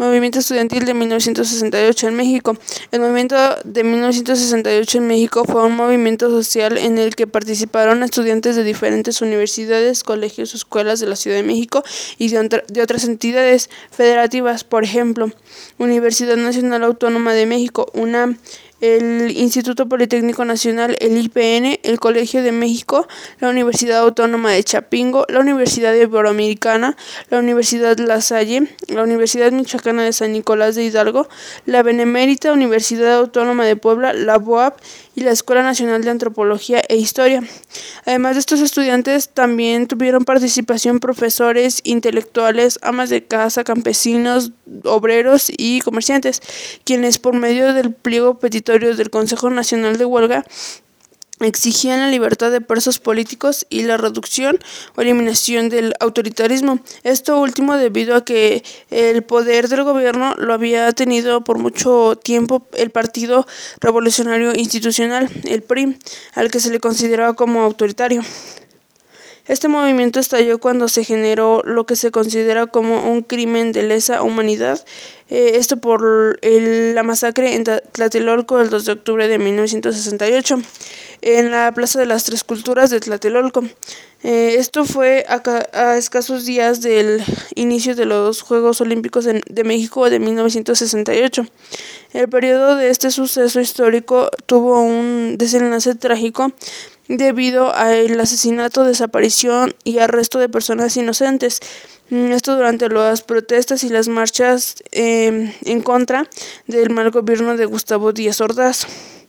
Movimiento estudiantil de 1968 en México. El movimiento de 1968 en México fue un movimiento social en el que participaron estudiantes de diferentes universidades, colegios o escuelas de la Ciudad de México y de otras entidades federativas, por ejemplo, Universidad Nacional Autónoma de México, UNAM, el Instituto Politécnico Nacional, el IPN, el Colegio de México, la Universidad Autónoma de Chapingo, la Universidad Iberoamericana, la Universidad La Salle, la Universidad Michoacana de San Nicolás de Hidalgo, la Benemérita Universidad Autónoma de Puebla, la BOAP y la Escuela Nacional de Antropología e Historia. Además de estos estudiantes, también tuvieron participación profesores, intelectuales, amas de casa, campesinos, obreros y comerciantes, quienes por medio del pliego petitorio del Consejo Nacional de Huelga exigían la libertad de presos políticos y la reducción o eliminación del autoritarismo. Esto último debido a que el poder del gobierno lo había tenido por mucho tiempo el Partido Revolucionario Institucional, el PRI, al que se le consideraba como autoritario. Este movimiento estalló cuando se generó lo que se considera como un crimen de lesa humanidad, esto por la masacre en Tlatelolco el 2 de octubre de 1968, en la Plaza de las Tres Culturas de Tlatelolco. Esto fue a escasos días del inicio de los Juegos Olímpicos de México de 1968. El periodo de este suceso histórico tuvo un desenlace trágico debido al asesinato, desaparición y arresto de personas inocentes. Esto durante las protestas y las marchas en contra del mal gobierno de Gustavo Díaz Ordaz.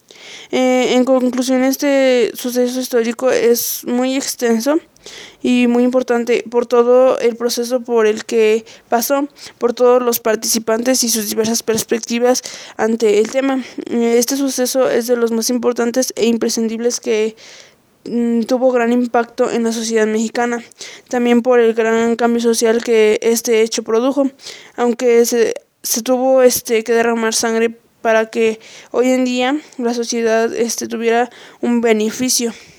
En conclusión, este suceso histórico es muy extenso y muy importante por todo el proceso por el que pasó, por todos los participantes y sus diversas perspectivas ante el tema. Este suceso es de los más importantes e imprescindibles que tuvo gran impacto en la sociedad mexicana, también por el gran cambio social que este hecho produjo, aunque se tuvo que derramar sangre para que hoy en día la sociedad tuviera un beneficio.